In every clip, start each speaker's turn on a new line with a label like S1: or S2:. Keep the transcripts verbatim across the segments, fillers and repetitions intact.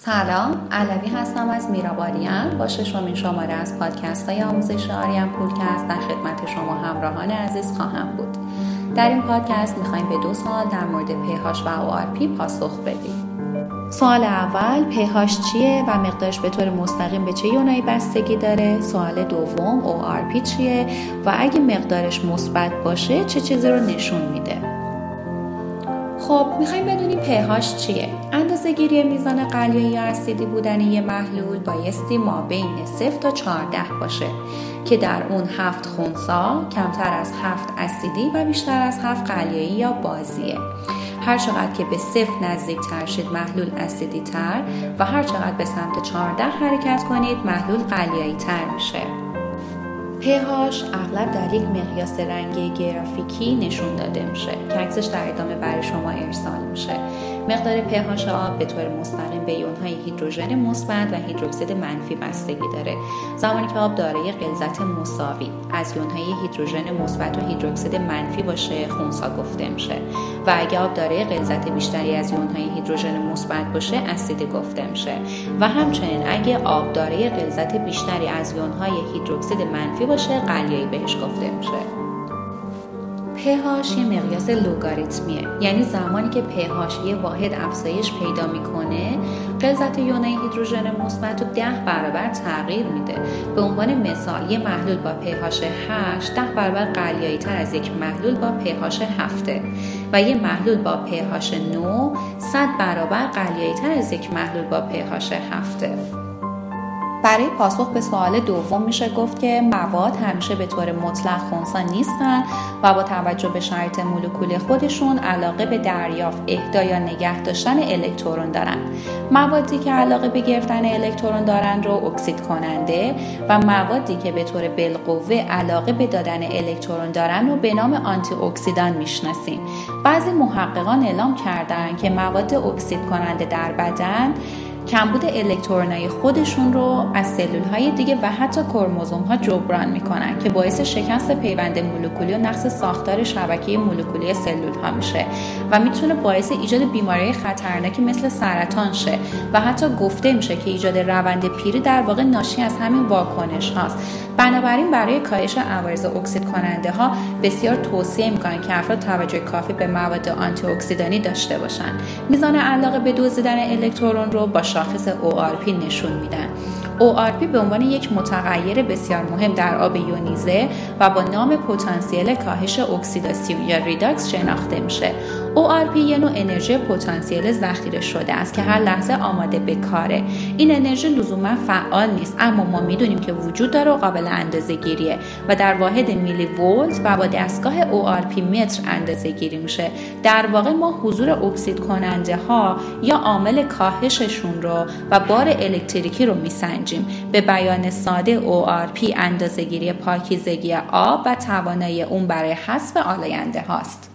S1: سلام، علوی هستم از میرابادیان با ششمین شماره از پادکست های آموزش آریان پولکست در خدمت شما همراهان عزیز خواهم بود. در این پادکست میخوایم به دو سوال در مورد پی‌هاش و او آر پی پاسخ بدیم. سوال اول، پی‌هاش چیه و مقدارش به طور مستقیم به چه یونایی بستگی داره؟ سوال دوم، او آر پی چیه و اگه مقدارش مثبت باشه چه چیزی رو نشون میده؟ خب میخوایم بدونیم پی‌هاش چیه؟ اندازه‌گیری میزان قلیایی یا اسیدی بودن یه محلول بایستی ما بین صفر تا چهارده باشه که در اون هفت خنثی، کمتر از هفت اسیدی و بیشتر از هفت قلیایی یا بازیه. هر چقدر که به صفر نزدیک تر شید محلول اسیدی تر و هر چقدر به سمت چهارده حرکت کنید محلول قلیایی تر میشه. پی‌هاش اغلب در یک مقیاس رنگی گرافیکی نشون داده میشه که عکسش در ادامه برای شما ارسال میشه. مقدار پی‌هاش آب به طور مستقیم به یون‌های هیدروژن مثبت و هیدروکسید منفی بستگی داره. زمانی که آب دارای غلظت مساوی از یون‌های هیدروژن مثبت و هیدروکسید منفی باشه خنثی گفته میشه و اگه آب دارای غلظت بیشتری از یون‌های هیدروژن مثبت باشه اسیدی گفته میشه و همچنین اگه آب دارای غلظت بیشتری از یون‌های هیدروکسید منفی باشه قلیایی بهش گفته میشه. پی‌هاش یه مقیاس لوگاریتمیه، یعنی زمانی که پی‌هاش یه واحد افزایش پیدا میکنه غلظت یونای هیدروژن مثبت رو ده برابر تغییر میده. به عنوان مثال یه محلول با پی‌هاش هشت ده برابر قلیایی تر از یک محلول با پی‌هاش هفت و یه محلول با پی‌هاش نه صد برابر قلیایی تر از یک محلول با پی‌هاش هفت. برای پاسخ به سوال دوم میشه گفت که مواد همیشه به طور مطلق خنثی نیستن و با توجه به شرایط مولکولی خودشون علاقه به دریافت، اهدا یا نگه داشتن الکترون دارن. موادی که علاقه به گرفتن الکترون دارن رو اکسید کننده و موادی که به طور بالقوه علاقه به دادن الکترون دارن رو به نام آنتی اکسیدان میشناسیم. بعضی محققان اعلام کردن که مواد اکسید کننده در بدن کمبود الکترونای خودشون رو از سلول‌های دیگه و حتی کروموزوم‌ها جبران میکنن که باعث شکست پیوند مولکولی و نقص ساختار شبکه مولکولی سلول‌ها میشه و میتونه باعث ایجاد بیماری خطرناکی مثل سرطان شه و حتی گفته میشه که ایجاد روند پیری در واقع ناشی از همین واکنش هاست. بنابراین برای کاهش عوارض اکسید کننده ها بسیار توصیه میکنن که افراد توجه کافی به مواد آنتی اکسیدانی داشته باشن. میزان علاقه به دزدیدن الکترون رو با شاخص او آر پی نشون میدن. او آر پی به عنوان یک متغیر بسیار مهم در آب یونیزه و با نام پتانسیل کاهش اکسیداسیون یا ریداکس شناخته میشه. او آر پی یه نوع انرژی پتانسیل ذخیره شده است که هر لحظه آماده به کاره. این انرژی لزوما فعال نیست اما ما میدونیم که وجود داره و قابل اندازه‌گیریه و در واحد میلی ولت و با دستگاه او آر پی متر اندازه‌گیری میشه. در واقع ما حضور اکسید کننده ها یا عامل کاهششون رو و بار الکتریکی رو میسنجیم. به بیان ساده او آر پی اندازه‌گیری پاکیزگی آب و توانایی اون برای حذف آلاینده هاست.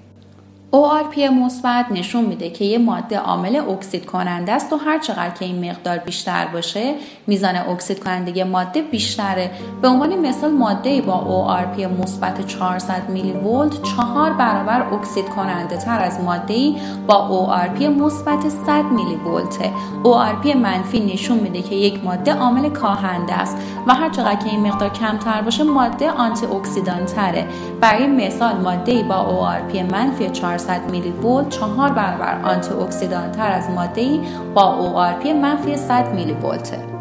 S1: او آر پی مثبت نشون میده که یه ماده عامل اکسید کننده است و هر چقدر که این مقدار بیشتر باشه میزان اکسید کنندگی ماده بیشتره. به عنوان مثال ماده با او آر پی مثبت چهارصد میلی ولت چهار برابر اکسید کننده تر از ماده با او آر پی مثبت صد میلی ولته. او آر پی منفی نشون میده که یک ماده عامل کاهنده است و هر چقدر که این مقدار کمتر باشه ماده آنتی اکسیدان تره. برای مثال ماده با او آر پی منفی چهارصد میلی ولت چهار برابر آنتی اکسیدان تر از ماده‌ای با او آر پی منفی صد میلی ولته.